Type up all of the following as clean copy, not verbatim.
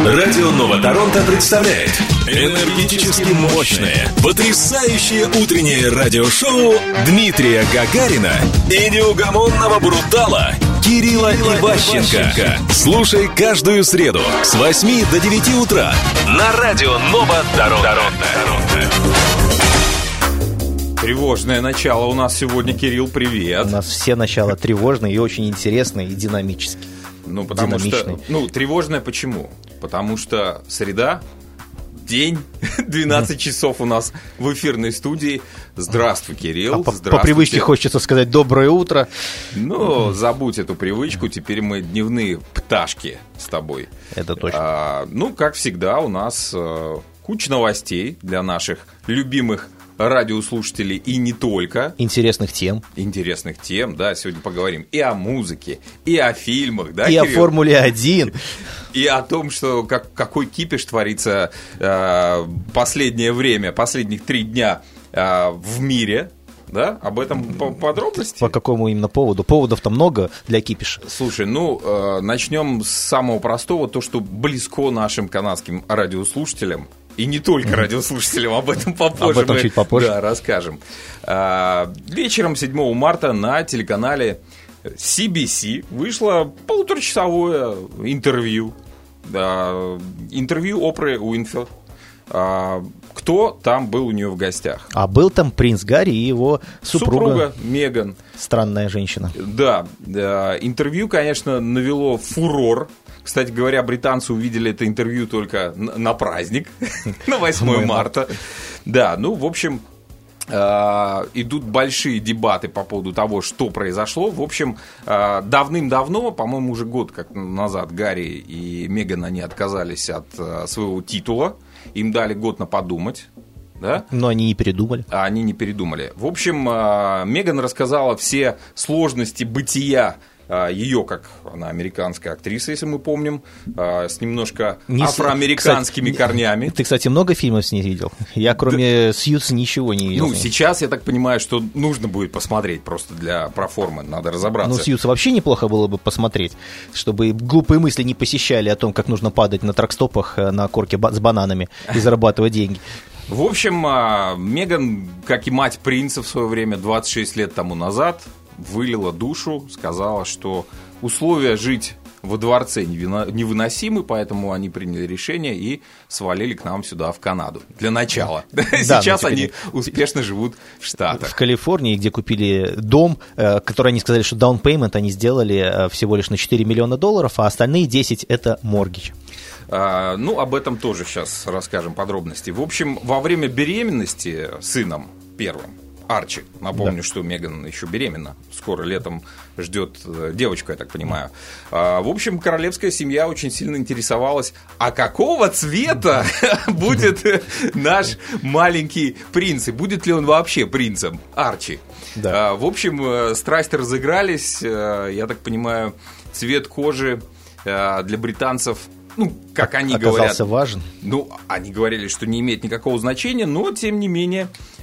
Радио Нова Торонто представляет энергетически мощное, потрясающее утреннее радиошоу Дмитрия Гагарина и неугомонного брутала Кирилла Иващенко. Слушай каждую среду с 8 до 9 утра на Радио Нова Торонто. Тревожное начало у нас сегодня, Кирилл, привет. У нас все начала тревожные и очень интересные и динамические. Ну, потому что, тревожное почему? Потому что среда, день, 12 часов у нас в эфирной студии. Здравствуй, Кирилл. По привычке хочется сказать доброе утро. Ну, забудь эту привычку, теперь мы дневные пташки с тобой. Это точно. Как всегда, у нас куча новостей для наших любимых радиослушателей и не только. Интересных тем, да, сегодня поговорим и о музыке, и о фильмах, да, и Кирилл? О Формуле-1. И о том, что какой кипиш творится последнее время, последних 3 дня в мире, да, об этом подробности. По какому именно поводу? Поводов-то много для кипиша. Слушай, начнем с самого простого, то, что близко нашим канадским радиослушателям. И не только радиослушателям, об этом попозже. Об этом чуть попозже. Да, расскажем. Вечером 7 марта на телеканале CBC вышло полуторачасовое интервью. Интервью Опры Уинфрид. Кто там был у нее в гостях? А был там принц Гарри и его супруга Меган. Странная женщина. Да, интервью, конечно, навело фурор. Кстати говоря, британцы увидели это интервью только на праздник, на 8 марта. Да, в общем, идут большие дебаты по поводу того, что произошло. В общем, давным-давно, по-моему, уже год как назад, Гарри и Меган, они отказались от своего титула. Им дали год на подумать. Да? Но они не передумали. Они не передумали. В общем, Меган рассказала все сложности бытия ее, как она американская актриса, если мы помним, с немножко афроамериканскими корнями. Ты, кстати, много фильмов с ней видел? Я, кроме Сьюз, ничего не видел. Сейчас, я так понимаю, что нужно будет посмотреть просто для проформы, надо разобраться. Сьюз вообще неплохо было бы посмотреть, чтобы глупые мысли не посещали о том, как нужно падать на тракстопах на корке с бананами и зарабатывать деньги. В общем, Меган, как и мать принца в свое время, 26 лет тому назад, вылила душу, сказала, что условия жить во дворце невыносимы, поэтому они приняли решение и свалили к нам сюда, в Канаду. Для начала. Сейчас они успешно живут в Штатах. В Калифорнии, где купили дом, который они сказали, что down payment они сделали всего лишь на $4 миллиона, а остальные 10 – это моргидж. Об этом тоже сейчас расскажем подробности. В общем, во время беременности сыном первым, Арчи, напомню, что Меган еще беременна, скоро летом ждет девочку, я так понимаю. В общем, королевская семья очень сильно интересовалась, а какого цвета будет наш маленький принц, и будет ли он вообще принцем, Арчи. Да. В общем, страсти разыгрались, я так понимаю, цвет кожи для британцев, как они говорят, оказался важен. Они говорили, что не имеет никакого значения, но, тем не менее,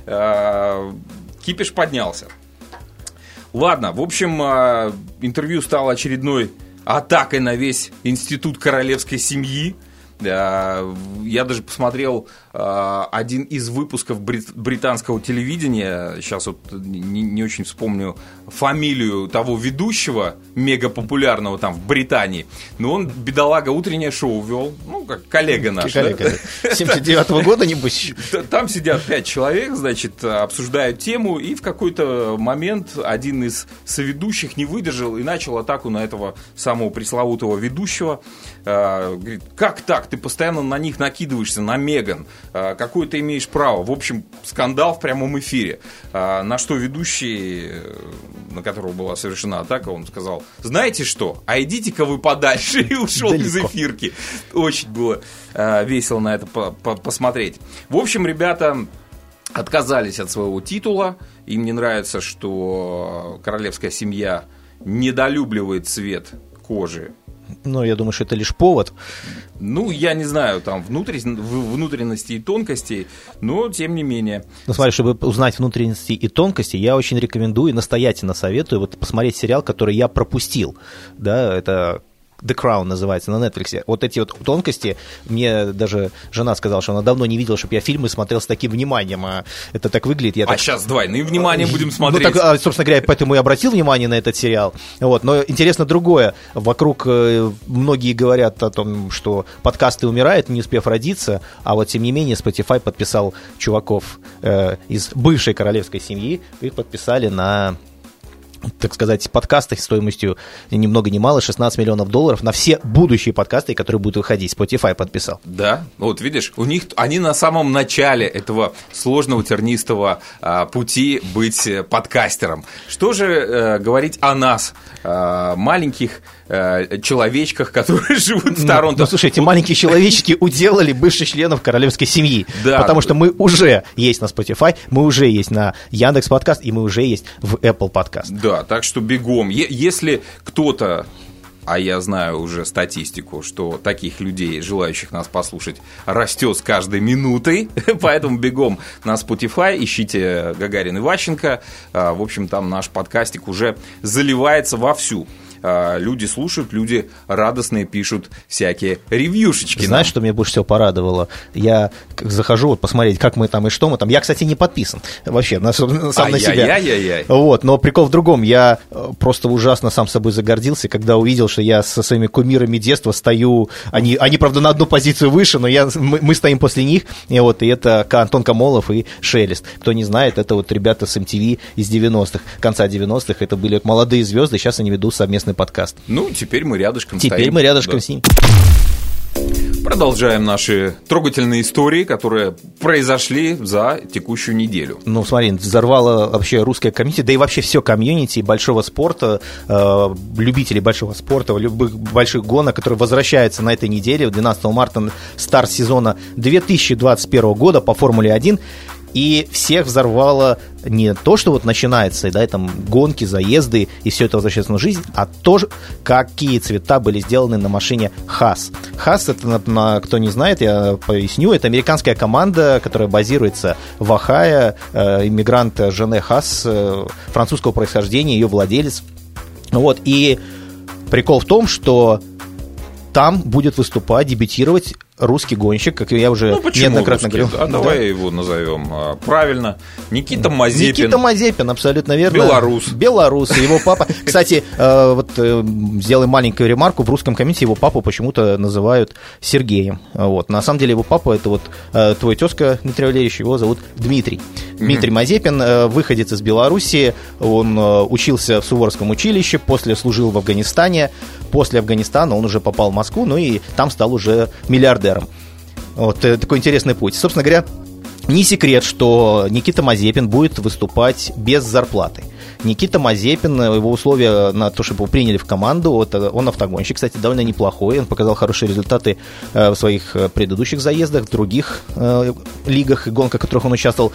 кипиш поднялся. Ладно, в общем, интервью стало очередной атакой на весь институт королевской семьи. Я даже посмотрел один из выпусков британского телевидения. Сейчас не очень вспомню фамилию того ведущего, мегапопулярного там в Британии. Но он, бедолага, утреннее шоу вел, как коллега наш. 79-го года, небось. Там сидят 5 человек, значит, обсуждают тему, и в какой-то момент один из соведущих не выдержал и начал атаку на этого самого пресловутого ведущего. Говорит, как так? Ты постоянно на них накидываешься, на Меган. Какое ты имеешь право? В общем, скандал в прямом эфире. На что ведущий, на которого была совершена атака, он сказал: знаете что, а идите-ка вы подальше, и ушел из эфирки. Очень было весело на это посмотреть. В общем, ребята отказались от своего титула. Им не нравится, что королевская семья недолюбливает цвет кожи. Я думаю, что это лишь повод. Я не знаю, там внутренности и тонкостей, но тем не менее. Смотри, чтобы узнать внутренности и тонкости, я очень рекомендую, настоятельно советую посмотреть сериал, который я пропустил. Да, это The Crown называется, на Netflix. Вот эти вот тонкости, мне даже жена сказала, что она давно не видела, чтобы я фильмы смотрел с таким вниманием, а это так выглядит. Сейчас двойным вниманием будем смотреть. Ну, так, собственно говоря, поэтому и обратил внимание на этот сериал. Вот. Но интересно другое. Вокруг многие говорят о том, что подкасты умирают, не успев родиться, а вот, тем не менее, Spotify подписал чуваков из бывшей королевской семьи, их подписали на, так сказать, подкасты стоимостью ни много ни мало $16 миллионов на все будущие подкасты, которые будут выходить. Spotify подписал. Да, вот видишь, они на самом начале этого сложного тернистого пути быть подкастером. Что же говорить о нас, маленьких человечках, которые живут в Торонто? Ну, слушай, эти маленькие человечки уделали бывших членов королевской семьи, да, потому что мы уже есть на Spotify, мы уже есть на Яндекс.Подкаст, и мы уже есть в Apple Podcast. Да, так что бегом. Если кто-то, а я знаю уже статистику, что таких людей, желающих нас послушать, растет с каждой минутой, поэтому бегом на Spotify, ищите Гагарин и Ващенко. В общем, там наш подкастик уже заливается вовсю. Люди слушают, люди радостные пишут всякие ревьюшечки. Знаешь, что меня больше всего порадовало? Я захожу вот посмотреть, как мы там и что мы там. Я, кстати, не подписан вообще сам на себя. Вот, но прикол в другом. Я просто ужасно сам собой загордился, когда увидел, что я со своими кумирами детства стою. Они правда, на одну позицию выше, но мы стоим после них. И это Антон Камолов и Шелест. Кто не знает, это вот ребята с MTV из 90-х, конца 90-х. Это были молодые звезды, сейчас они ведут совместный подкаст. Ну, теперь мы рядышком стоим. Теперь мы рядышком с ним. Продолжаем наши трогательные истории, которые произошли за текущую неделю. Ну, смотри, взорвало вообще русское комьюнити, да и вообще все комьюнити большого спорта, любителей большого спорта, любых больших гонок, которые возвращаются на этой неделе, 12 марта, старт сезона 2021 года по Формуле 1. И всех взорвало не то, что вот начинается, да, там гонки, заезды, и все это возвращается на жизнь, а то, какие цвета были сделаны на машине Haas. Haas, это, кто не знает, я поясню, это американская команда, которая базируется в Ohio, иммигрант Жене Haas, французского происхождения, ее владелец. Вот, и прикол в том, что там будет выступать, дебютировать русский гонщик, как я уже неоднократно говорил. Давай его назовем правильно. Никита Мазепин. Никита Мазепин, абсолютно верно. Белорус. Его папа. Кстати, сделаем маленькую ремарку. В русском комьюнити его папу почему-то называют Сергеем. Вот. На самом деле его папа, это твой тезка, Дмитрий Валерьевич, его зовут Дмитрий. Дмитрий Мазепин, выходец из Белоруссии. Он учился в Суворовском училище, после служил в Афганистане. После Афганистана он уже попал в Москву, ну и там стал уже миллиардером. Вот такой интересный путь. Собственно говоря, не секрет, что Никита Мазепин будет выступать без зарплаты. Никита Мазепин, его условия на то, чтобы его приняли в команду, он автогонщик, кстати, довольно неплохой, он показал хорошие результаты в своих предыдущих заездах, в других лигах и гонках, в которых он участвовал.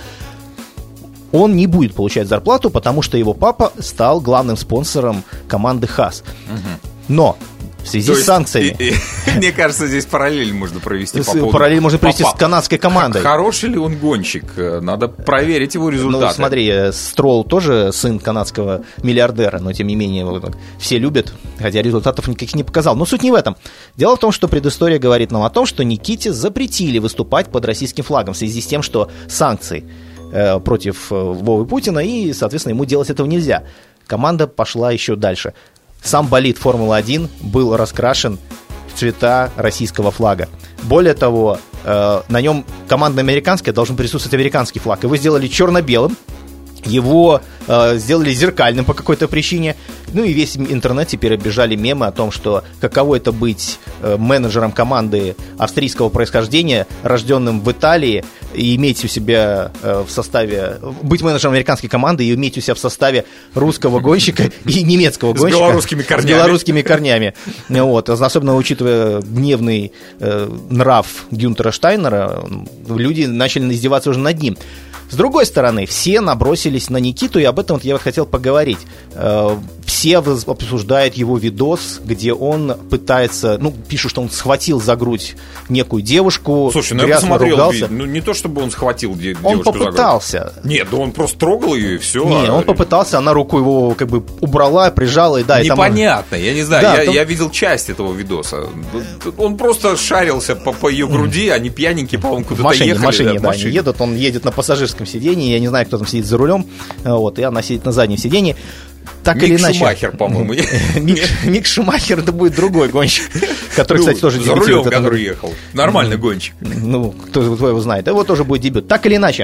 Он не будет получать зарплату, потому что его папа стал главным спонсором команды Haas. Но в связи с санкциями... Мне кажется, здесь параллель можно провести по поводу... Параллель можно провести с канадской командой. Хороший ли он гонщик? Надо проверить его результаты. Ну, смотри, Стролл тоже сын канадского миллиардера, но, тем не менее, его все любят, хотя результатов никаких не показал. Но суть не в этом. Дело в том, что предыстория говорит нам о том, что Никите запретили выступать под российским флагом в связи с тем, что санкции против Вовы Путина, и, соответственно, ему делать этого нельзя. Команда пошла еще дальше. Сам болид Формулы-1 был раскрашен в цвета российского флага. Более того, на нем команда американская, должен присутствовать американский флаг. Его сделали черно-белым, его сделали зеркальным по какой-то причине. Ну и весь интернет теперь оббежали мемы о том, что каково это быть менеджером команды австрийского происхождения, рожденным в Италии, и иметь у себя в составе, быть менеджером американской команды и иметь у себя в составе русского гонщика и немецкого гонщика. С белорусскими корнями. Вот. Особенно учитывая гневный нрав Гюнтера Штайнера, люди начали издеваться уже над ним. С другой стороны, все набросились на Никиту, и об этом я хотел поговорить. все обсуждают его видос, где он пытается, пишут, что он схватил за грудь некую девушку. Слушай, я посмотрел, не то чтобы он схватил девушку он попытался. За грудь. Нет, да он просто трогал ее и все. Не, он попытался, она руку его как бы убрала, прижала и да. Непонятно, я не знаю, я видел часть этого видоса. Он просто шарился по ее груди, они пьяненькие, по-моему, куда-то ехали. В машине, да, они едут, он едет на пассажирском сидении, я не знаю, кто там сидит за рулем, и она сидит на заднем сидении. Так Мик или иначе. Шумахер, по-моему. Мик Шумахер, это будет другой гонщик, который, кстати, тоже дебютирует. За рулем, который ехал. Нормальный гонщик. Кто его знает. Его тоже будет дебют. Так или иначе,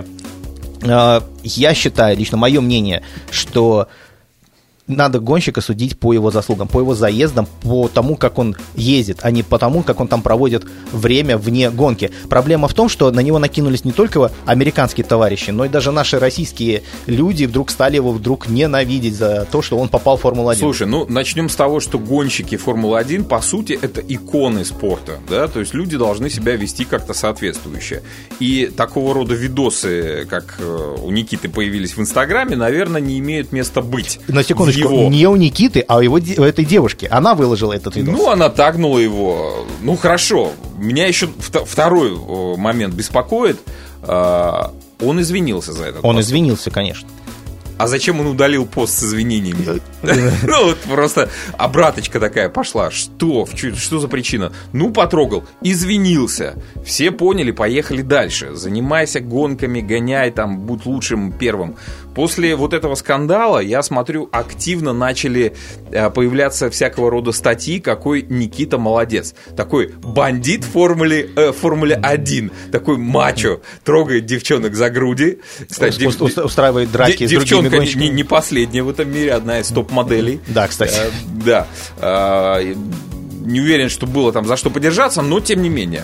я считаю, лично мое мнение, что надо гонщика судить по его заслугам, по его заездам, по тому, как он ездит, а не по тому, как он там проводит время вне гонки. Проблема в том, что на него накинулись не только американские товарищи, но и даже наши российские люди вдруг стали его ненавидеть за то, что он попал в Формулу-1. Слушай, начнем с того, что гонщики Формулы-1, по сути, это иконы спорта, да, то есть люди должны себя вести как-то соответствующе. И такого рода видосы, как у Никиты появились в Инстаграме, наверное, не имеют места быть. На секундочку. Не у Никиты, а у этой девушки. Она выложила этот видос. Она тагнула его. Хорошо. Меня еще второй момент беспокоит. Он извинился за это. Он извинился, конечно. А зачем он удалил пост с извинениями? Просто обраточка такая пошла. Что за причина? Потрогал, извинился. Все поняли, поехали дальше. Занимайся гонками, гоняй там, будь лучшим первым. После вот этого скандала, я смотрю, активно начали появляться всякого рода статьи, какой Никита молодец. Такой бандит в Формуле 1. Такой мачо. Трогает девчонок за груди. Кстати, устраивает драки с другими гонщиками. Не последняя в этом мире, одна из топ-моделей. Да, кстати. Да. Не уверен, что было там за что подержаться, но тем не менее.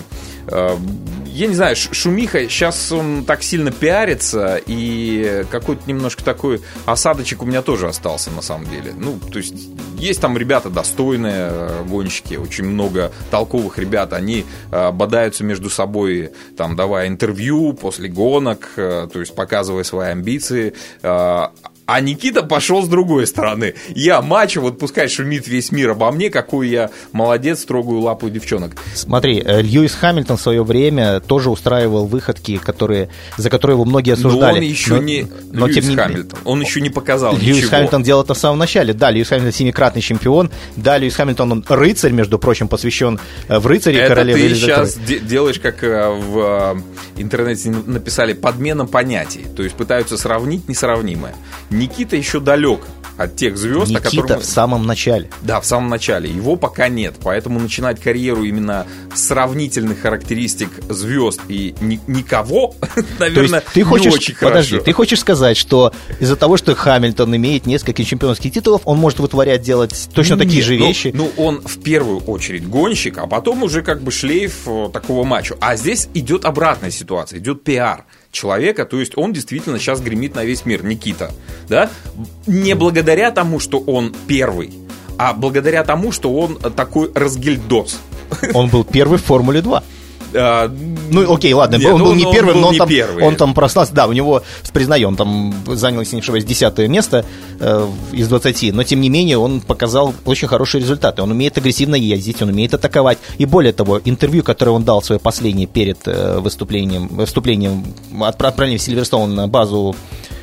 Я не знаю, шумиха, сейчас он так сильно пиарится, и какой-то немножко такой осадочек у меня тоже остался, на самом деле. То есть, есть там ребята достойные гонщики, очень много толковых ребят, они бодаются между собой, там, давая интервью после гонок, то есть, показывая свои амбиции. А Никита пошел с другой стороны. Я мачо, пускай шумит весь мир обо мне, какой я молодец, трогаю лапу девчонок. Смотри, Льюис Хамильтон в свое время тоже устраивал выходки, за которые его многие осуждали. Но он еще не Льюис Хамильтон. Он еще не показал ничего. Льюис Хамильтон делал это в самом начале. Да, Льюис Хамильтон 7-кратный чемпион. Да, Льюис Хамильтон, он рыцарь, между прочим, посвящен в рыцаре королевы Елизаветы. Это ты сейчас делаешь, как в интернете написали, подмена понятий. То есть пытаются сравнить несравнимое. Никита еще далек от тех звезд, Никита о которых в самом начале. Да, в самом начале. Его пока нет. Поэтому начинать карьеру именно с сравнительных характеристик звезд и никого, наверное, ты хочешь, не очень хорошо. Подожди, ты хочешь сказать, что из-за того, что Хамильтон имеет несколько чемпионских титулов, он может вытворять, делать точно такие же вещи? Он в первую очередь гонщик, а потом уже как бы шлейф такого мачо. А здесь идет обратная ситуация, идет пиар человека, то есть он действительно сейчас гремит на весь мир, Никита, да? Не благодаря тому, что он первый, а благодаря тому, что он такой разгильдос. Он был первый в Формуле 2. Окей, ладно, он был не первым, но он там прослался. Да, у него, признаю, он там занял, если не ошибаюсь, 10-е место из 20, но тем не менее он показал очень хорошие результаты. Он умеет агрессивно ездить, он умеет атаковать. И более того, интервью, которое он дал свое последнее перед выступлением отправлением в Сильверстоун на базу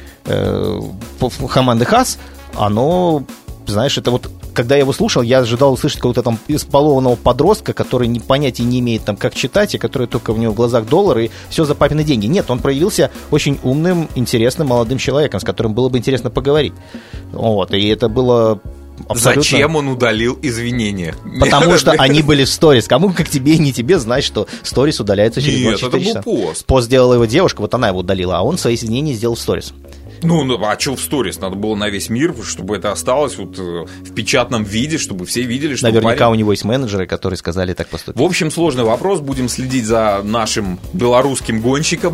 команды Хаас, оно, знаешь, это когда я его слушал, я ожидал услышать какого-то там избалованного подростка, который понятия не имеет, там, как читать, и который только у него в глазах доллары, и все за папины деньги. Нет, он проявился очень умным, интересным молодым человеком, с которым было бы интересно поговорить. И это было абсолютно... Зачем он удалил извинения? Потому что они были в сторис. Кому, как тебе и не тебе, знать, что сторис удаляется через 24 часа. Нет, это был пост. Пост сделала его девушка, она его удалила, а он свои извинения сделал в сторис. А что в сторис? Надо было на весь мир, чтобы это осталось в печатном виде, чтобы все видели, что наверняка у него есть менеджеры, которые сказали так поступить. В общем, сложный вопрос. Будем следить за нашим белорусским гонщиком.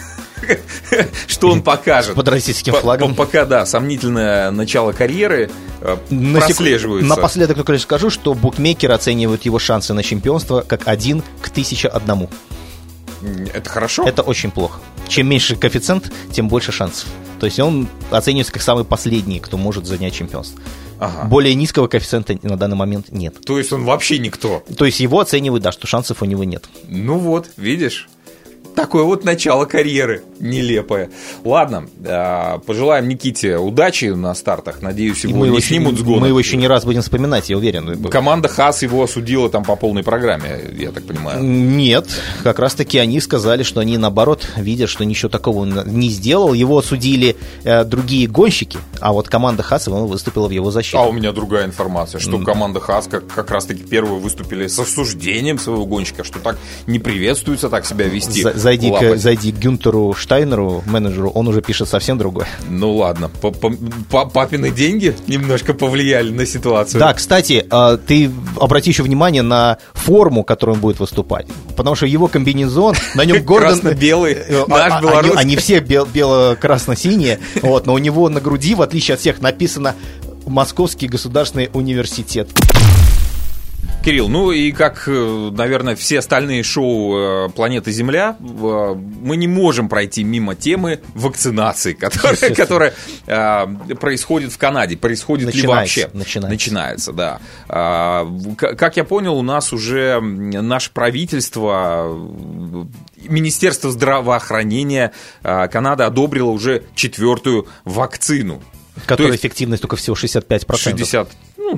Что он покажет. Под российским флагом. Пока, да, сомнительное начало карьеры прослеживается. Напоследок только лишь скажу, что букмекеры оценивают его шансы на чемпионство как 1 к 1001. Это хорошо? Это очень плохо. Чем меньше коэффициент, тем больше шансов. То есть он оценивается как самый последний, кто может занять чемпионство. Ага. Более низкого коэффициента на данный момент нет. То есть он вообще никто. То есть его оценивают, да, что шансов у него нет. Ну вот, видишь? Такое вот начало карьеры нелепое. Ладно, пожелаем Никите удачи на стартах. Надеюсь, его не снимут с гонок. Мы его еще не раз будем вспоминать, я уверен. Команда Хаас его осудила там по полной программе, я так понимаю. Нет, как раз-таки они сказали, что они, наоборот, видят, что ничего такого не сделал. Его осудили другие гонщики, а вот команда Хаас выступила в его защиту. А у меня другая информация, что команда Хаас как раз-таки первые выступили с осуждением своего гонщика, что так не приветствуется так себя вести. Зайди к Гюнтеру Штайнеру, менеджеру, он уже пишет совсем другое. Ну ладно, папины деньги немножко повлияли на ситуацию. Да, кстати, ты обрати еще внимание на форму, которой он будет выступать. Потому что его комбинезон, на нем Гордон... Красно-белый, наш белорусский. Они все бело-красно-синие, но у него на груди, в отличие от всех, написано «Московский государственный университет». Кирилл, ну и как, наверное, все остальные шоу «Планеты Земля», мы не можем пройти мимо темы вакцинации, которая происходит в Канаде. Происходит ли вообще? Начинается, да. Как я понял, у нас уже наше правительство, Министерство здравоохранения Канады одобрило уже 4-ю вакцину. Которая эффективность только всего 65%.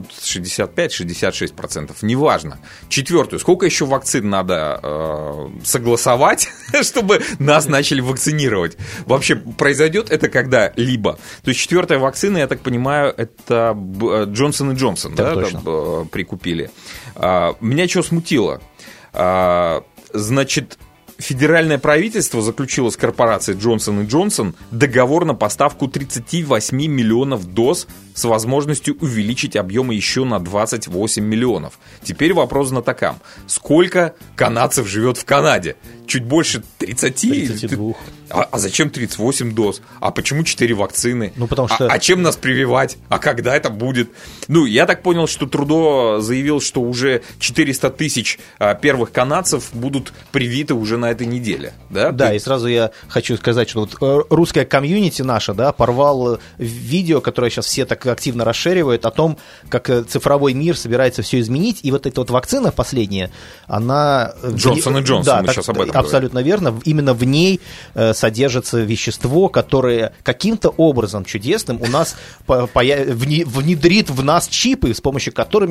65-66%, неважно. 4-ю. Сколько еще вакцин надо согласовать, чтобы нас начали вакцинировать? Вообще, произойдет это когда-либо? То есть 4-я вакцина, я так понимаю, это Johnson & Johnson, да, прикупили. Меня что смутило? Значит, федеральное правительство заключило с корпорацией Johnson & Johnson договор на поставку 38 миллионов доз с возможностью увеличить объемы еще на 28 миллионов. Теперь вопрос знатокам. Сколько канадцев живет в Канаде? Чуть больше 30? 32. А зачем 38 доз? А почему 4 вакцины? Ну, потому что... А чем нас прививать? А когда это будет? Ну, я так понял, что Трудо заявил, что уже 400 тысяч первых канадцев будут привиты уже на этой неделе. Да, да, и сразу я хочу сказать, что вот русская комьюнити наша, да, порвал видео, которое сейчас все так активно расширивают, о том, как цифровой мир собирается все изменить. И вот эта вот вакцина последняя, она... Johnson & Johnson, да, мы сейчас об этом абсолютно говорим. Верно. Именно в ней содержится вещество, которое каким-то образом чудесным у нас внедрит в нас чипы, с помощью которых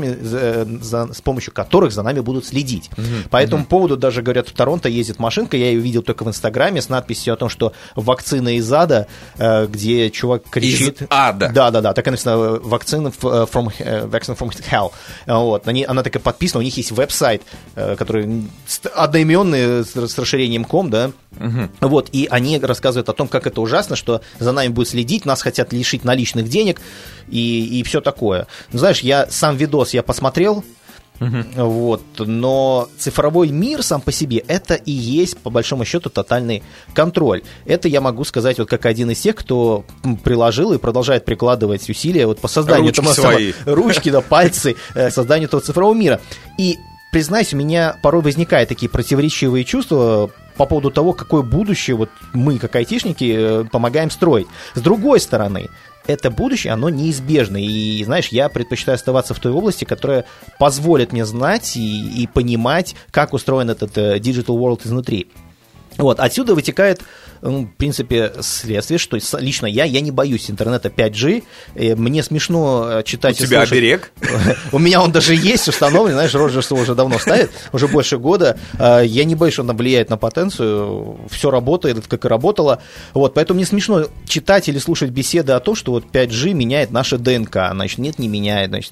за нами будут следить. По этому поводу даже, говорят, в Торонто ездит машинка, я ее видел только в Инстаграме, с надписью о том, что вакцина из ада, где чувак кричит... Из ада? Да, так и написано, vaccine from hell. Вот. Она такая подписана, у них есть веб-сайт, который одноименный, с расширением .com, да, вот, и они рассказывают о том, как это ужасно, что за нами будет следить, нас хотят лишить наличных денег и все такое. Ну, знаешь, сам видос я посмотрел, вот, но цифровой мир сам по себе это и есть, по большому счету, тотальный контроль. Это я могу сказать вот как один из тех, кто приложил и продолжает прикладывать усилия вот по созданию ручки, да, пальцы, созданию этого цифрового мира. И признаюсь, у меня порой возникают такие противоречивые чувства по поводу того, какое будущее вот мы, как айтишники, помогаем строить. С другой стороны, это будущее, оно неизбежно. И, знаешь, я предпочитаю оставаться в той области, которая позволит мне знать и понимать, как устроен этот digital world изнутри. Вот, отсюда вытекает, в принципе, следствие, что лично я не боюсь интернета 5G. Мне смешно читать... У тебя оберег? У меня он даже есть установлен, знаешь, Роджерс его уже давно ставит, уже больше года. Я не боюсь, что он влияет на потенцию. Все работает, как и работало. Вот, поэтому мне смешно читать или слушать беседы о том, что вот 5G меняет наше ДНК. Значит, нет, не меняет. Значит,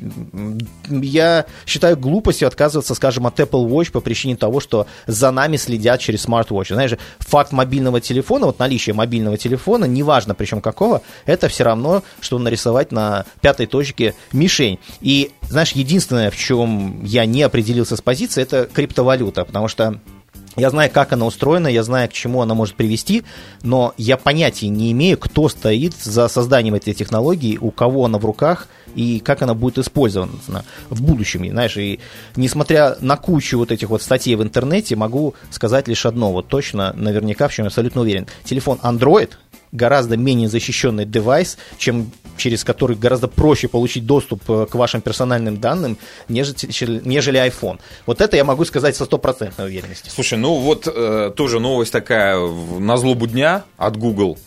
я считаю глупостью отказываться, скажем, от Apple Watch по причине того, что за нами следят через смарт-вотч. Знаешь, факт мобильного телефона, вот наличие мобильного телефона, неважно причем какого, это все равно, что нарисовать на 5-й точке мишень. И, знаешь, единственное, в чем я не определился с позиции, это криптовалюта, потому что я знаю, как она устроена, я знаю, к чему она может привести, но я понятия не имею, кто стоит за созданием этой технологии, у кого она в руках и как она будет использована в будущем. Знаешь, и несмотря на кучу вот этих вот статей в интернете, могу сказать лишь одно, вот точно, наверняка, в чем я абсолютно уверен. Телефон Android гораздо менее защищенный девайс, через который гораздо проще получить доступ к вашим персональным данным, нежели iPhone. Вот это я могу сказать со 100% уверенностью. Слушай, ну вот тоже новость такая на злобу дня от Google.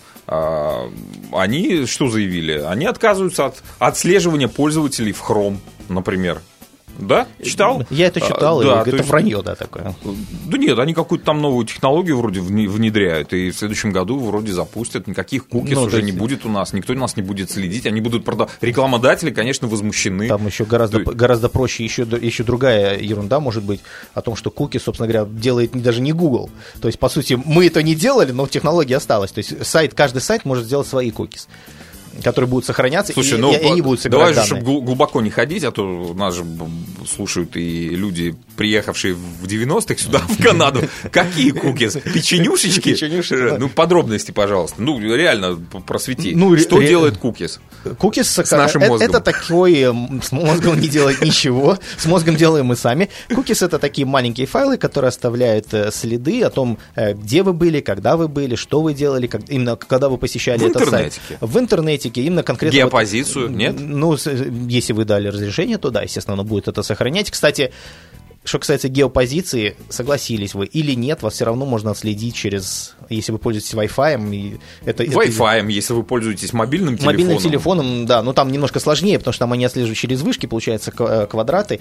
Они что заявили? Они отказываются от отслеживания пользователей в Chrome, например. Да? Читал? Я это читал, да, это вранье, да, такое. Да нет, они какую-то там новую технологию вроде внедряют, и в следующем году вроде запустят, никаких кукис уже не будет у нас, никто нас не будет следить, они будут продавать. Рекламодатели, конечно, возмущены. Там еще гораздо проще, еще другая ерунда может быть о том, что куки, собственно говоря, делает даже не Google. То есть, по сути, мы это не делали, но технология осталась. То есть, каждый сайт может сделать свои кукис, которые будут сохраняться. Слушай, и они будут собирать давай же, данные. чтобы глубоко не ходить, а то нас же слушают и люди, приехавшие в 90-х сюда, в Канаду. Какие кукис? Печенюшечки? Ну, подробности, пожалуйста. Ну, реально, просвети. Что делает кукис? Кукис с нашим мозгом. Это такой... С мозгом не делает ничего. С мозгом делаем мы сами. Кукис — это такие маленькие файлы, которые оставляют следы о том, где вы были, когда вы были, что вы делали, именно когда вы посещали этот сайт. В интернете. Именно конкретно геопозицию, нет? Ну, если вы дали разрешение, то да, естественно, оно будет это сохранять. Кстати, что касается геопозиции, согласились вы или нет, вас все равно можно отследить через, если вы пользуетесь Wi-Fi. Wi-Fi, если вы пользуетесь мобильным телефоном. Мобильным телефоном, да, но там немножко сложнее, потому что там они отслеживают через вышки, получается, квадраты,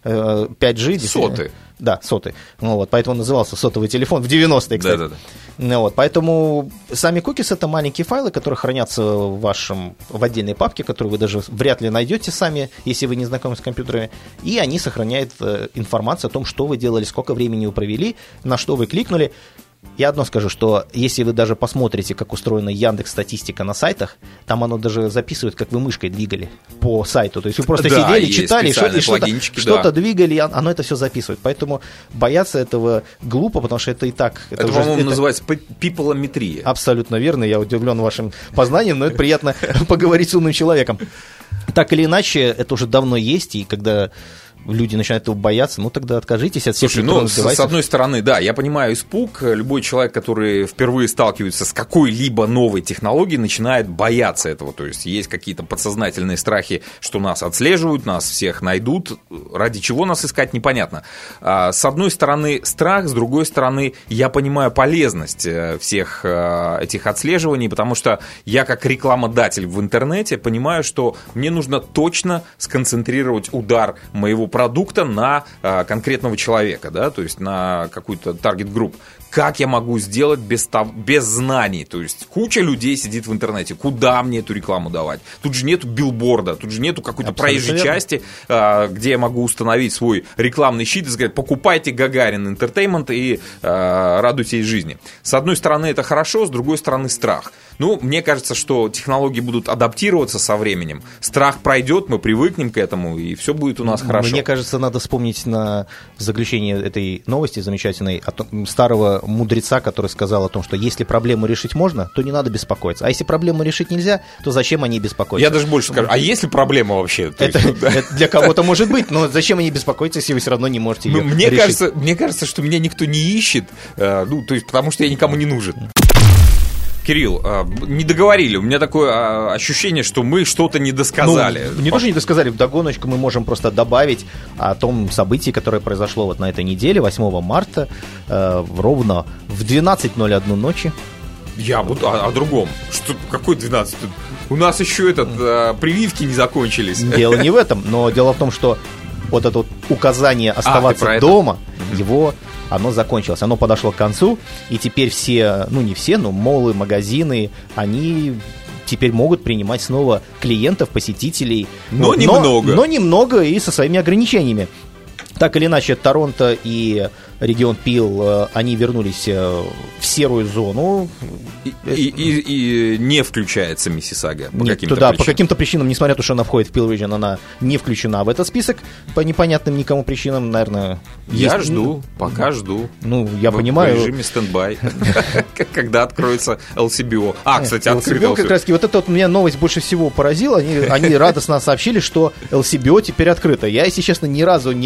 5G. Соты. Да, соты. Ну, вот, поэтому он назывался сотовый телефон в 90-е, кстати. Да. Ну, вот, поэтому сами кукис — это маленькие файлы, которые хранятся в отдельной папке, которую вы даже вряд ли найдете сами, если вы не знакомы с компьютерами, и они сохраняют информацию о том, что вы делали, сколько времени вы провели, на что вы кликнули. Я одно скажу, что если вы даже посмотрите, как устроена Яндекс.Статистика на сайтах, там оно даже записывает, как вы мышкой двигали по сайту. То есть вы просто сидели, читали, что-то двигали, оно это все записывает. Поэтому бояться этого глупо, потому что это и так... Это по-моему, называется пиполометрия. Абсолютно верно, я удивлен вашим познанием, но это приятно поговорить с умным человеком. Так или иначе, это уже давно есть, и когда... люди начинают этого бояться, ну тогда откажитесь от всех электронных девайсов. С одной стороны, да, я понимаю испуг. Любой человек, который впервые сталкивается с какой-либо новой технологией, начинает бояться этого. То есть есть какие-то подсознательные страхи, что нас отслеживают, нас всех найдут. Ради чего нас искать, непонятно. С одной стороны страх, с другой стороны я понимаю полезность всех этих отслеживаний, потому что я как рекламодатель в интернете понимаю, что мне нужно точно сконцентрировать удар моего продукта на конкретного человека, да, то есть на какую-то таргет-группу. Как я могу сделать без знаний? То есть куча людей сидит в интернете. Куда мне эту рекламу давать? Тут же нету билборда, тут же нету какой-то проезжей части, где я могу установить свой рекламный щит и сказать: покупайте Гагарин Entertainment и радуйтесь жизни. С одной стороны это хорошо, с другой стороны страх. Ну, мне кажется, что технологии будут адаптироваться со временем. Страх пройдет, мы привыкнем к этому, и все будет у нас хорошо. Мне кажется, надо вспомнить на заключение этой новости замечательной старого мудреца, который сказал о том, что если проблему решить можно, то не надо беспокоиться. А если проблему решить нельзя, то зачем они беспокоиться? Я даже больше скажу, а если проблема вообще? Это для кого-то может быть, но зачем они беспокоиться, если вы все равно не можете ее решить? Мне кажется, что меня никто не ищет, то есть потому что я никому не нужен. Кирилл, не договорили. У меня такое ощущение, что мы что-то не досказали. Не то, что не досказали, вдогоночку мы можем просто добавить о том событии, которое произошло вот на этой неделе, 8 марта, ровно в 12:01 ночи. Я буду о другом. Что, какой 12? У нас еще прививки не закончились. Дело не в этом, но дело в том, что вот это вот указание оставаться дома, оно закончилось, оно подошло к концу, и теперь все, не все, но моллы, магазины, они теперь могут принимать снова клиентов, посетителей. Но немного. Но немного и со своими ограничениями. Так или иначе, Торонто и регион Пил, они вернулись в серую зону. И не включается Миссисага по каким-то причинам. По каким-то причинам, несмотря на то, что она входит в Пил Region, она не включена в этот список по непонятным никому причинам, наверное. Я пока жду. Я понимаю. В режиме стендбай, когда откроется LCBO. Кстати, открыто. LCBO как раз, вот эта меня новость больше всего поразила. Они радостно сообщили, что LCBO теперь открыто. Я, если честно, ни разу не испытывал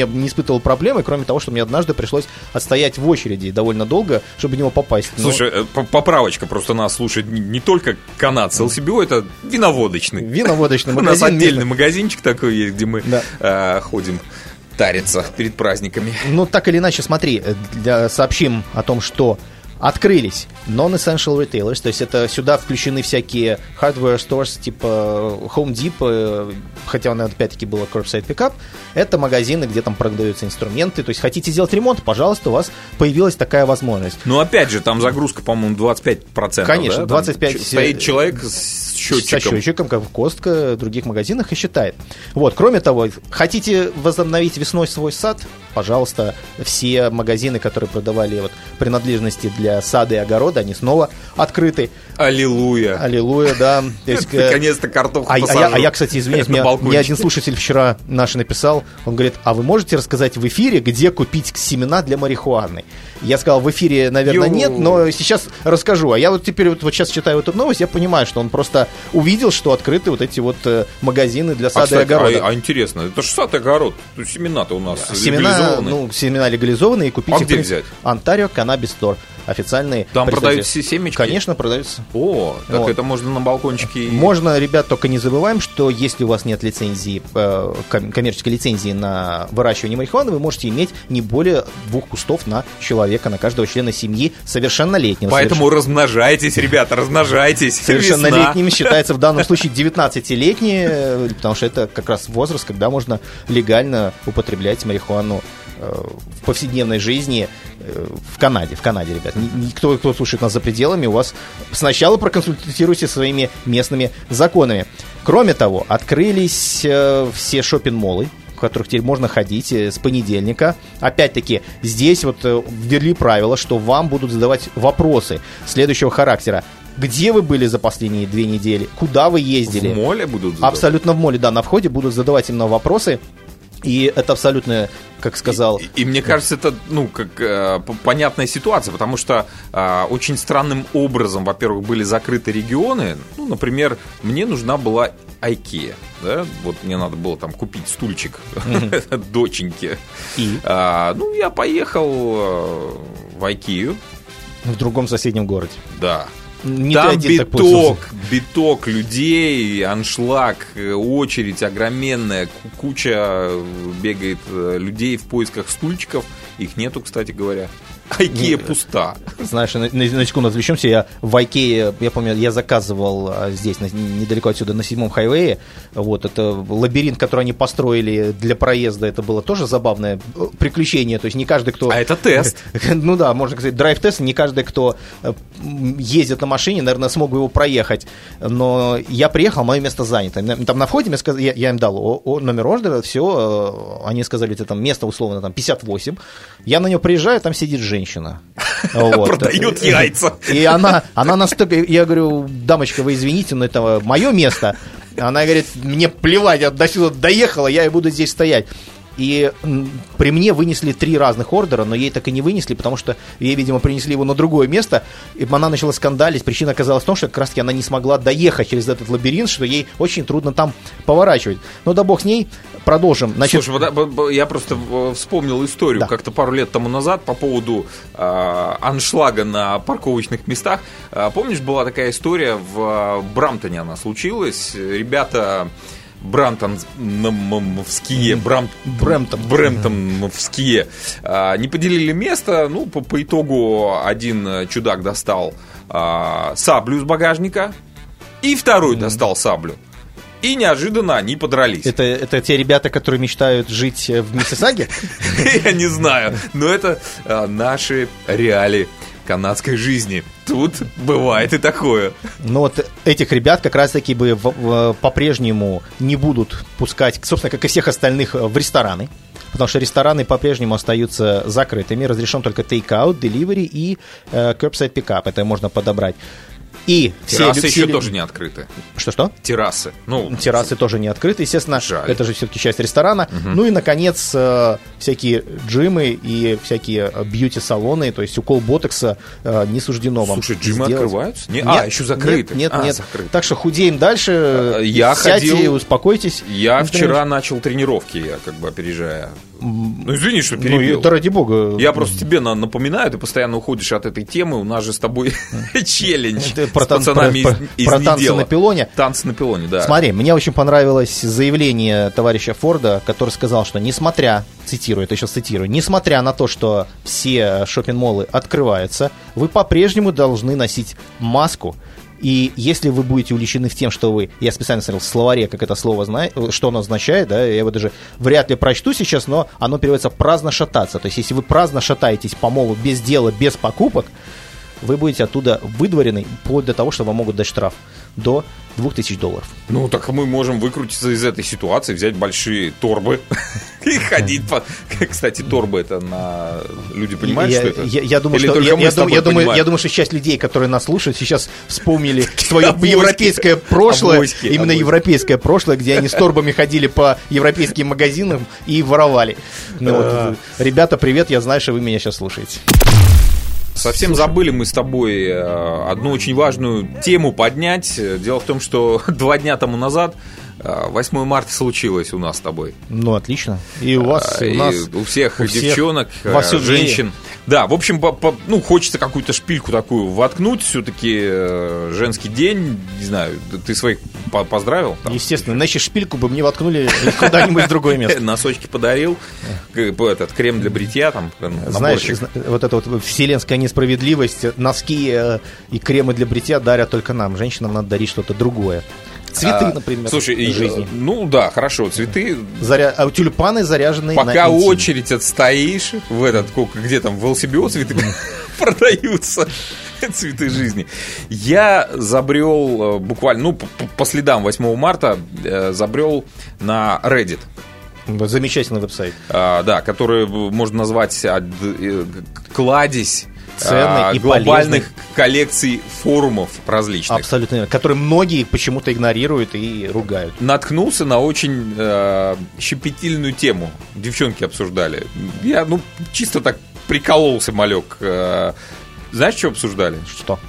испытывал проблемы, кроме того, что мне однажды пришлось отстоять в очереди довольно долго, чтобы в него попасть. Слушай, поправочка, просто нас слушает не только канадцы, LCBO это виноводочный. Виноводочный магазин. У нас отдельный магазинчик такой есть, где мы ходим тариться перед праздниками. Ну, так или иначе, смотри, сообщим о том, что открылись non-essential retailers, то есть это сюда включены всякие hardware stores типа Home Depot, хотя он опять-таки было curbside pickup, это магазины, где там продаются инструменты, то есть хотите сделать ремонт, пожалуйста, у вас появилась такая возможность. Но опять же, там загрузка, по-моему, 25%. Конечно, да? 25%. Стоит человек с счетчиком. Со счетчиком, как в Costco, в других магазинах, и считает. Вот, кроме того, хотите возобновить весной свой сад, пожалуйста, все магазины, которые продавали вот принадлежности для сада и огорода, они снова открыты. Аллилуйя. Аллилуйя, да. Наконец-то картоху посажу. А я, кстати, извиняюсь, мне один слушатель вчера наш написал, он говорит, а вы можете рассказать в эфире, где купить семена для марихуаны? Я сказал, в эфире, наверное, нет, но сейчас расскажу. А я вот теперь вот сейчас читаю эту новость, я понимаю, что он просто увидел, что открыты вот эти вот магазины для сада и огорода. А интересно, это же сад и огород, семена-то у нас легализованные. Семена легализованные, и купить их. Где взять? Ontario Cannabis Store. Официальные. Там продаются семечки? Конечно, продаются. О, так вот. Это можно на балкончике. Можно, ребят, только не забываем, что если у вас нет лицензии, коммерческой лицензии на выращивание марихуаны, вы можете иметь не более 2 кустов на человека, на каждого члена семьи совершеннолетнего. Поэтому размножайтесь, ребята, размножайтесь. Совершеннолетними считается в данном случае 19-летние, потому что это как раз возраст, когда можно легально употреблять марихуану в повседневной жизни в Канаде, ребят. Никто, кто слушает нас за пределами, у вас сначала проконсультируйтесь со своими местными законами. Кроме того, открылись все шоппинг-моллы, в которых теперь можно ходить с понедельника. Опять-таки, здесь вот ввели правило, что вам будут задавать вопросы следующего характера. Где вы были за последние 2 недели? Куда вы ездили? В моле будут задавать? Абсолютно в моле, да, на входе будут задавать именно вопросы. И это абсолютно, как сказал... И мне кажется, это, понятная ситуация, потому что очень странным образом, во-первых, были закрыты регионы. Ну, например, мне нужна была IKEA, да? Вот мне надо было там купить стульчик доченьке. Я поехал в IKEA. В другом соседнем городе. Да. Не там биток людей, аншлаг, очередь огроменная, куча бегает людей в поисках стульчиков. Их нету, кстати говоря. IKEA пуста. Знаешь, на секунду отвлечемся. Я в IKEA, я помню, я заказывал здесь, недалеко отсюда, на 7-м хайвее. Вот, это лабиринт, который они построили для проезда. Это было тоже забавное приключение. То есть не каждый, кто... А это тест. Ну да, можно сказать, драйв-тест. Не каждый, кто ездит на машине, наверное, смог бы его проехать. Но я приехал, мое место занято. Там на входе я им дал номер ордера, все. Они сказали, это там место условно там 58. Я на него приезжаю, там сидит женщина. Продают яйца. И она настолько... Я говорю, дамочка, вы извините, но это мое место. Она говорит, мне плевать, я до сюда доехала, я и буду здесь стоять. И при мне вынесли 3 разных ордера, но ей так и не вынесли, потому что ей, видимо, принесли его на другое место. И она начала скандалить. Причина оказалась в том, что как раз-таки она не смогла доехать через этот лабиринт, что ей очень трудно там поворачивать. Но да бог с ней. Продолжим. Значит... Слушай, я просто вспомнил историю как-то пару лет тому назад по поводу аншлага на парковочных местах. Помнишь, была такая история в Брамптоне, она случилась. Ребята... Брэмптоновские не поделили место. Ну, по итогу один чудак достал саблю из багажника, и второй достал саблю. И неожиданно они подрались. Это те ребята, которые мечтают жить в Миссисаге? Я не знаю, но это наши реалии канадской жизни. Тут бывает и такое. Но вот этих ребят как раз-таки бы по-прежнему не будут пускать, собственно, как и всех остальных, в рестораны. Потому что рестораны по-прежнему остаются закрытыми. Разрешен только take-out, delivery и curbside pick-up. Это можно подобрать. И террасы еще тоже не открыты. Что-что? Террасы. Террасы тоже не открыты, естественно. Жаль. Это же все-таки часть ресторана. Угу. Ну и, наконец, всякие джимы и всякие бьюти-салоны, то есть укол ботокса не суждено вам. Слушай, джимы сделать. Открываются? Нет, еще закрыты. Нет. Закрыты. Так что худеем дальше. Сядьте и успокойтесь. Я вчера начал тренировки, я как бы опережая Ну, извини, что перебил. Ну, да ради бога. Я просто тебе напоминаю, ты постоянно уходишь от этой темы, у нас же с тобой челлендж с пацанами из про танцы недела. на пилоне. Танцы на пилоне, да. Смотри, мне очень понравилось заявление товарища Форда, который сказал, что несмотря, цитирую, это сейчас цитирую, несмотря на то, что все шоппинг-моллы открываются, вы по-прежнему должны носить маску. И если вы будете увлечены в тем, что вы... Я специально смотрел в словаре, как это слово что оно означает, да, я его даже вряд ли прочту сейчас, но оно переводится «праздно шататься». То есть, если вы праздно шатаетесь по молу без дела, без покупок, вы будете оттуда выдворены, вплоть до того, что вам могут дать штраф до $2000. Ну, так мы можем выкрутиться из этой ситуации, взять большие торбы и ходить по... Кстати, торбы это на... Люди понимают, что это? Я думаю, что часть людей, которые нас слушают, сейчас вспомнили свое европейское прошлое, именно европейское прошлое, где они с торбами ходили по европейским магазинам и воровали. Ребята, привет, я знаю, что вы меня сейчас слушаете. Совсем забыли мы с тобой одну очень важную тему поднять. Дело в том, что 2 дня тому назад, 8 марта, случилось у нас с тобой. Ну, отлично. И у вас, и у нас. У всех девчонок, женщин. Да, в общем, ну, хочется какую-то шпильку такую воткнуть. Все-таки женский день. Не знаю, ты своих поздравил? Там? Естественно, иначе шпильку бы мне воткнули куда-нибудь в другое место. Носочки подарил. Этот крем для бритья. Там, знаешь, вот эта вот вселенская несправедливость. Носки и кремы для бритья дарят только нам. Женщинам надо дарить что-то другое. Цветы, например. Слушай, жизни. Ну да, хорошо, цветы. Тюльпаны заряженные. Пока очередь отстоишь в этот, где там, в ЛСБО цветы продаются. Цветы жизни. Я забрел буквально, ну, по следам 8 марта забрел на Reddit. Замечательный веб-сайт. Да, который можно назвать кладезь ценных и глобальных коллекций форумов различных. Абсолютно верно. Которые многие почему-то игнорируют и ругают. Наткнулся на очень щепетильную тему. Девчонки обсуждали. Я, чисто так прикололся, малек. Знаешь, что обсуждали? Что?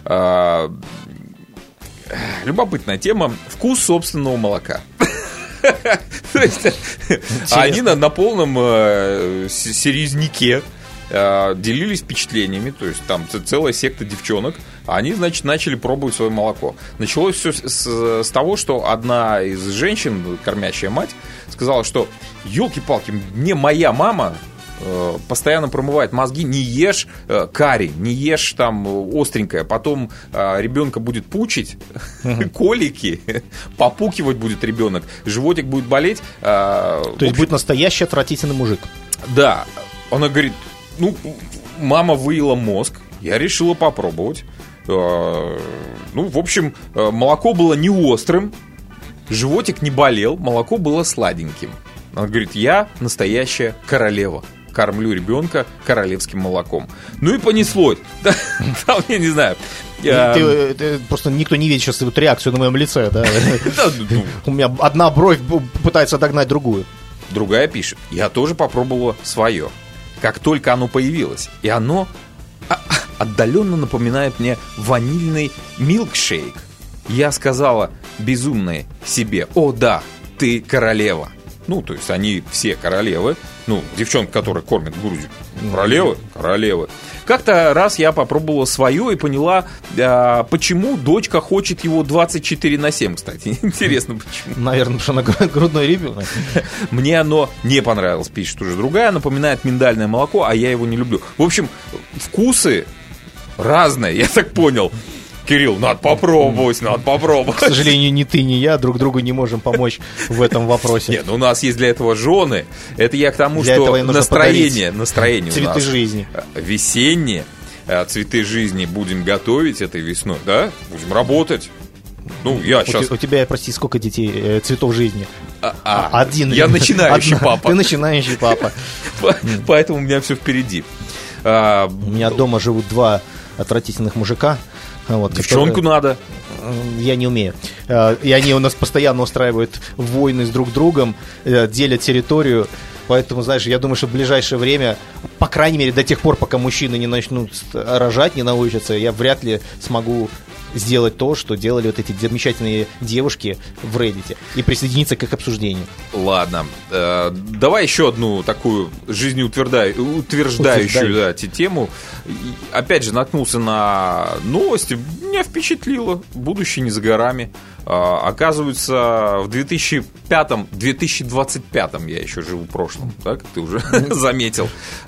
Любопытная тема. Вкус собственного молока. Они на полном серьезняке делились впечатлениями, то есть там целая секта девчонок. Они, значит, начали пробовать свое молоко. Началось все с того, что одна из женщин, кормящая мать, сказала, что елки-палки, мне моя мама постоянно промывает мозги, не ешь карри, не ешь там остренькое, потом ребенка будет пучить, колики, попукивать будет ребенок, животик будет болеть. То есть будет настоящий отвратительный мужик. Да, она говорит, мама выела мозг, я решила попробовать. В общем, молоко было не острым, животик не болел, молоко было сладеньким. Она говорит, я настоящая королева. Кормлю ребенка королевским молоком. Ну и понеслось. Там, я не знаю. Просто никто не видит сейчас вот реакцию на моем лице, да? У меня одна бровь пытается догнать другую. Другая пишет, я тоже попробовала свое. Как только оно появилось, и оно отдаленно напоминает мне ванильный милкшейк. Я сказала безумной себе, о да, ты королева. То есть они все королевы. Девчонка, которая кормит Грузию. Королевы. Как-то раз я попробовала свое и поняла, почему дочка хочет его 24/7, кстати. Интересно, почему. Наверное, потому что она грудной ребенок. Мне оно не понравилось, пишет уже другая. Напоминает миндальное молоко, а я его не люблю. В общем, вкусы разные, я так понял. Кирилл, надо попробовать. К сожалению, ни ты, ни я друг другу не можем помочь в этом вопросе. Нет, у нас есть для этого жены. Это я к тому, что настроение цветы у нас жизни. Весенние. Цветы жизни будем готовить этой весной, да? Будем работать. Я сейчас... У тебя, прости, сколько детей, цветов жизни? Один. Я начинающий папа. Ты начинающий папа. Поэтому у меня все впереди. У меня дома живут 2 отвратительных мужика. Девчонку надо. Я не умею. И они у нас постоянно устраивают войны с друг другом, делят территорию. Поэтому, знаешь, я думаю, что в ближайшее время, по крайней мере, до тех пор, пока мужчины не начнут рожать, не научатся, я вряд ли смогу сделать то, что делали вот эти замечательные девушки в Reddit, и присоединиться к их обсуждению. Ладно, давай еще одну такую жизнеутверждающую тему. Опять же, наткнулся на новости, меня впечатлило, будущее не за горами. Оказывается, в 2025-м, я еще живу в прошлом, да, как ты уже заметил,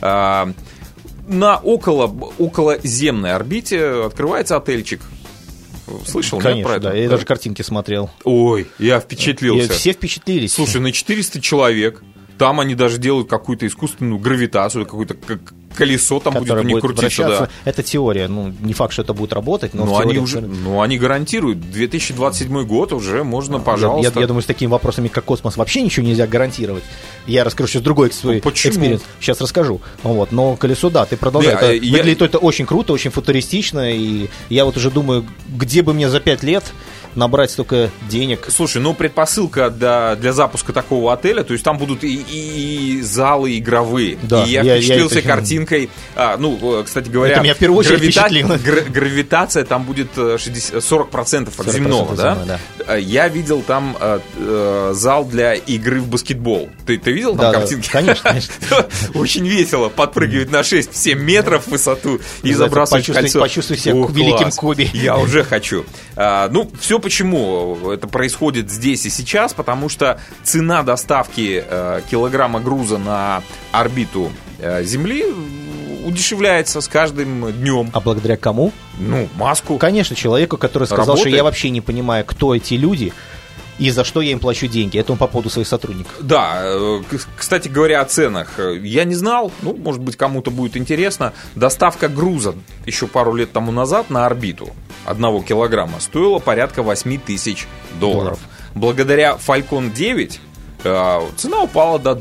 на околоземной орбите открывается отельчик. Слышал, конечно, нет, про это? Да, я даже картинки смотрел. Ой, я впечатлился. Все впечатлились. Слушай, на 400 человек, там они даже делают какую-то искусственную гравитацию, какое-то колесо там будет у них крутиться. Да. Это теория, не факт, что это будет работать, но они уже, они гарантируют, 2027 год уже можно, пожалуйста. Я думаю, с такими вопросами, как космос, вообще ничего нельзя гарантировать. Я расскажу сейчас другой свой экспириенс. Сейчас расскажу. Вот. Но колесо, да, ты продолжай. Выглядит это очень круто, очень футуристично, и я вот уже думаю, где бы мне за 5 лет набрать столько денег. Слушай, предпосылка для запуска такого отеля, то есть там будут и залы игровые. Да, и я впечатлился картинкой. Кстати говоря, это меня в первую очередь впечатлило. Гравитация там будет 40% от земного, да? Я видел там зал для игры в баскетбол. Ты видел там картинки? Конечно. Очень весело подпрыгивать на 6-7 метров в высоту и забрасывать кольцо. Почувствуй себя великим Коби. Я уже хочу. Все почему это происходит здесь и сейчас, потому что цена доставки килограмма груза на орбиту Земли удешевляется с каждым днем. А благодаря кому? Маску. Конечно, человеку, который сказал, что я вообще не понимаю, кто эти люди и за что я им плачу деньги. Это он по поводу своих сотрудников. Да, кстати говоря о ценах, я не знал, может быть, кому-то будет интересно. Доставка груза еще пару лет тому назад на орбиту 1 килограмма стоила порядка $8000. Благодаря Falcon 9 цена упала до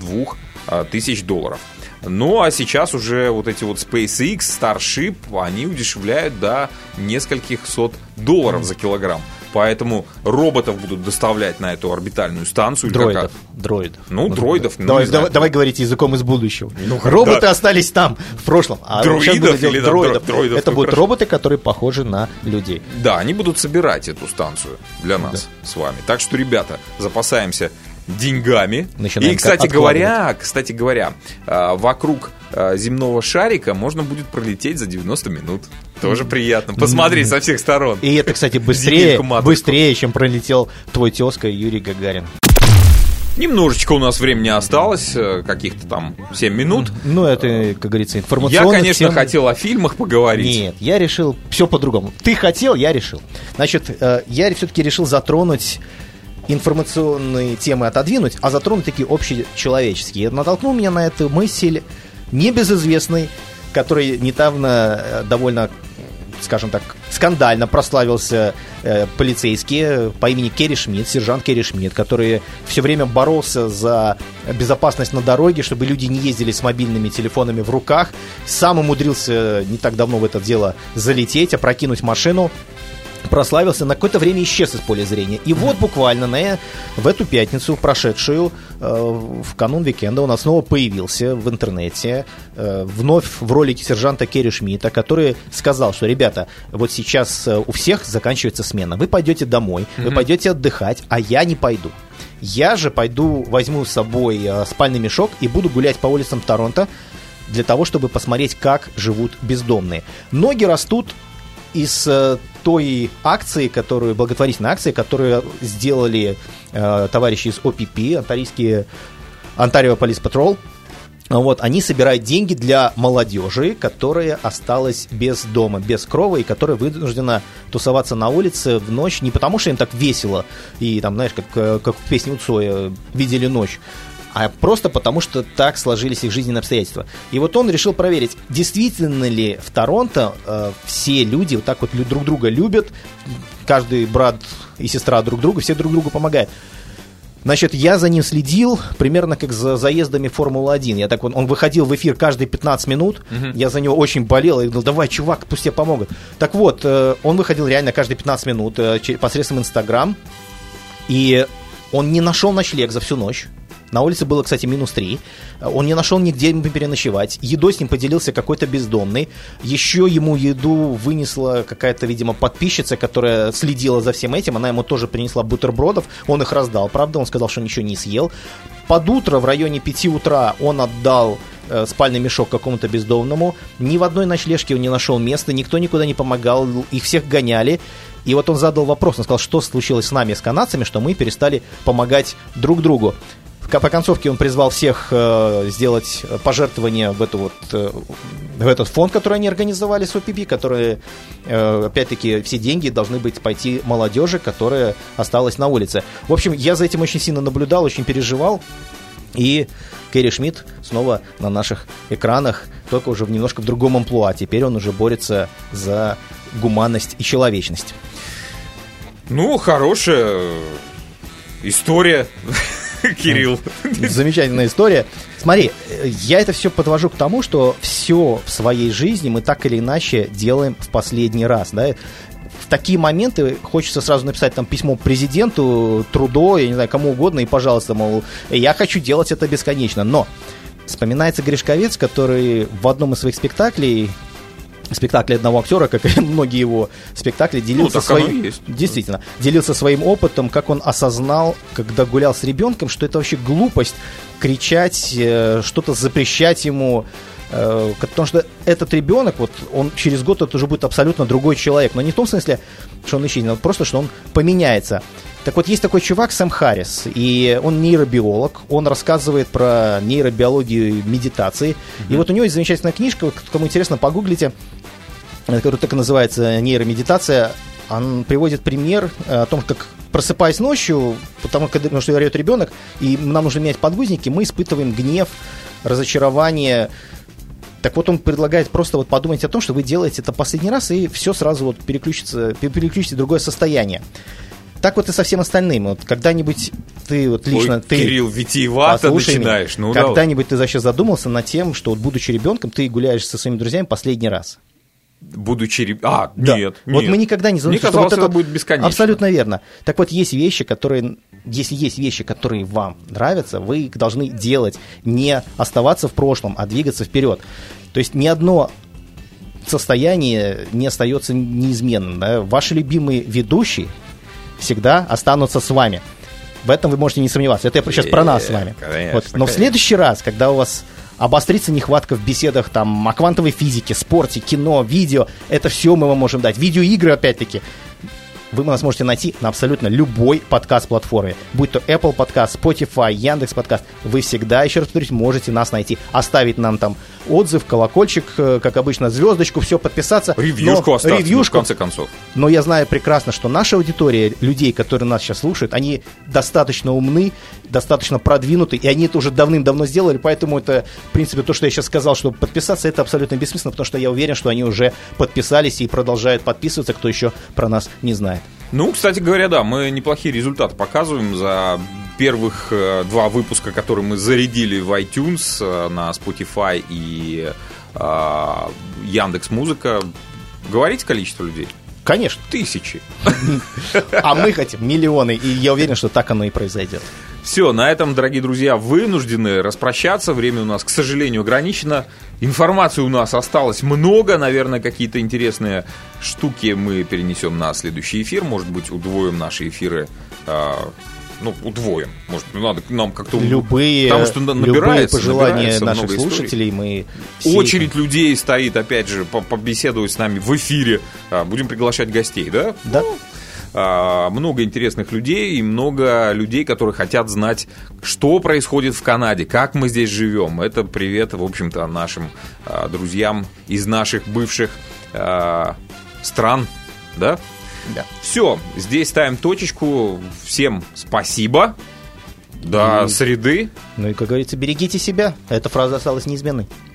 $2000. А сейчас уже вот эти вот SpaceX, Starship, они удешевляют до нескольких $100 за килограмм. Поэтому роботов будут доставлять на эту орбитальную станцию. Дроидов. Дроидов. Давай говорить языком из будущего. Роботы остались там, в прошлом. А дроидов или дроидов? Это будут роботы, которые похожи на людей. Да, они будут собирать эту станцию для нас с вами. Так что, ребята, запасаемся деньгами. И, кстати говоря, вокруг земного шарика можно будет пролететь за 90 минут. Тоже приятно. Посмотреть со всех сторон. И это, кстати, быстрее, чем пролетел твой тезка Юрий Гагарин. Немножечко у нас времени осталось, каких-то там 7 минут. Это, как говорится, информационно. Я, конечно, хотел о фильмах поговорить. Нет, я решил все по-другому. Ты хотел, я решил. Значит, я все-таки решил затронуть информационные темы, отодвинуть, а затронуть такие общечеловеческие. Натолкнул меня на эту мысль небезызвестный, который недавно довольно, скажем так, скандально прославился полицейский по имени Керри Шмидт, сержант Керри Шмидт, который все время боролся за безопасность на дороге, чтобы люди не ездили с мобильными телефонами в руках. Сам умудрился не так давно в это дело залететь, опрокинуть машину. Прославился, на какое-то время исчез из поля зрения. И вот буквально в эту пятницу, прошедшую, в канун уикенда, он снова появился в интернете, вновь в ролике сержанта Керри Шмидта, который сказал, что, ребята, вот сейчас у всех заканчивается смена, вы пойдете домой, вы пойдете отдыхать, а я не пойду. Я же пойду, возьму с собой спальный мешок и буду гулять по улицам Торонто для того, чтобы посмотреть, как живут бездомные. Ноги растут из той акции, благотворительной акции, которую сделали товарищи из ОПП, Ontario Police Patrol. Они собирают деньги для молодежи, которая осталась без дома, без крова, и которая вынуждена тусоваться на улице в ночь не потому, что им так весело, и там, знаешь, как в песне у Цоя «Видели ночь», а просто потому, что так сложились их жизненные обстоятельства. И вот он решил проверить, действительно ли в Торонто все люди вот так вот друг друга любят, каждый брат и сестра друг друга, все друг другу помогают. Значит, я за ним следил примерно как за заездами Формулы-1. Он выходил в эфир каждые 15 минут, я за него очень болел, и говорил, давай, чувак, пусть тебе помогут. Так вот, он выходил реально каждые 15 минут посредством Инстаграм, и он не нашел ночлег за всю ночь. На улице было, кстати, -3. Он не нашел нигде переночевать. Едой с ним поделился какой-то бездомный. Еще ему еду вынесла какая-то, видимо, подписчица, которая следила за всем этим. Она ему тоже принесла бутербродов. Он их раздал. Правда, он сказал, что ничего не съел. Под утро, в районе 5 утра, он отдал спальный мешок какому-то бездомному. Ни в одной ночлежке он не нашел места. Никто никуда не помогал. Их всех гоняли. И вот он задал вопрос, он сказал, что случилось с нами, с канадцами, что мы перестали помогать друг другу. По концовке он призвал всех сделать пожертвования в этот фонд, который они организовали с ОПП, которые, опять-таки, все деньги должны пойти молодежи, которая осталась на улице. В общем, я за этим очень сильно наблюдал, очень переживал. И Керри Шмидт снова на наших экранах, только уже немножко в другом амплуа. Теперь он уже борется за гуманность и человечность. Ну, хорошая история, Кирилл. Замечательная история. Смотри, я это все подвожу к тому, что все в своей жизни мы так или иначе делаем в последний раз, да? В такие моменты хочется сразу написать там письмо президенту, Трудо, я не знаю, кому угодно, и, пожалуйста, мол, я хочу делать это бесконечно. Но вспоминается Гришковец, который в одном из своих спектаклей одного актера, как и многие его спектакли, делился делился своим опытом, как он осознал, когда гулял с ребенком, что это вообще глупость кричать, что-то запрещать ему, потому что этот ребенок, вот он через год это уже будет абсолютно другой человек, но не в том смысле, что он исчезнет, а просто, что он поменяется. Так вот, есть такой чувак, Сэм Харрис, и он нейробиолог, он рассказывает про нейробиологию медитации, и вот у него есть замечательная книжка, кому интересно, погуглите, которая так и называется «Нейромедитация». Он приводит пример о том, как, просыпаясь ночью, потому что орет ребенок, и нам нужно менять подгузники, мы испытываем гнев, разочарование. Так вот, он предлагает просто вот подумать о том, что вы делаете это последний раз, и все сразу вот переключите в другое состояние. Так вот и со всем остальным. Вот когда-нибудь ты вот лично... Кирилл, витиевато начинаешь. Ну, когда-нибудь ты вообще задумался над тем, что вот, будучи ребенком, ты гуляешь со своими друзьями последний раз? Будучи... Да. Нет. Вот мы никогда не задумывались, мне казалось, что это будет бесконечно. Абсолютно верно. Так вот, есть вещи, которые... Если есть вещи, которые вам нравятся, вы их должны делать, не оставаться в прошлом, а двигаться вперед. То есть ни одно состояние не остается неизменным. Да? Ваши любимые ведущие всегда останутся с вами. В этом вы можете не сомневаться. Это я сейчас про нас с вами. Конечно, вот. Но в следующий раз, когда у вас обострится нехватка в беседах там, о квантовой физике, спорте, кино, видео, это все мы вам можем дать. Видеоигры, опять-таки, вы нас можете найти на абсолютно любой подкаст-платформе. Будь то Apple подкаст, Spotify, Яндекс подкаст. Вы всегда, еще раз повторюсь, можете нас найти. Оставить нам там отзыв, колокольчик, как обычно, звездочку, все, подписаться. Ревьюшку оставьте, в конце концов. Но я знаю прекрасно, что наша аудитория, людей, которые нас сейчас слушают, они достаточно умны, достаточно продвинуты, и они это уже давным-давно сделали, поэтому это, в принципе, то, что я сейчас сказал, чтобы подписаться, это абсолютно бессмысленно, потому что я уверен, что они уже подписались и продолжают подписываться, кто еще про нас не знает. Ну, кстати говоря, да, мы неплохие результаты показываем за первых 2 выпуска, которые мы зарядили в iTunes, на Spotify и Яндекс.Музыка. Говорите количество людей? Конечно. 1000. А мы хотим миллионы, и я уверен, что так оно и произойдет. Все, на этом, дорогие друзья, вынуждены распрощаться. Время у нас, к сожалению, ограничено. Информации у нас осталось много. Наверное, какие-то интересные штуки мы перенесем на следующий эфир. Может быть, удвоим наши эфиры. Удвоим. Может, надо нам как-то... Потому что набирается пожелания наших слушателей. Мы очередь людей стоит, опять же, побеседовать с нами в эфире. Будем приглашать гостей, да? Да. Много интересных людей и много людей, которые хотят знать, что происходит в Канаде, как мы здесь живем. Это привет, в общем-то, нашим друзьям из наших бывших стран, да? Да. Все, здесь ставим точечку. Всем спасибо. До среды. Ну и, как говорится, берегите себя. Эта фраза осталась неизменной.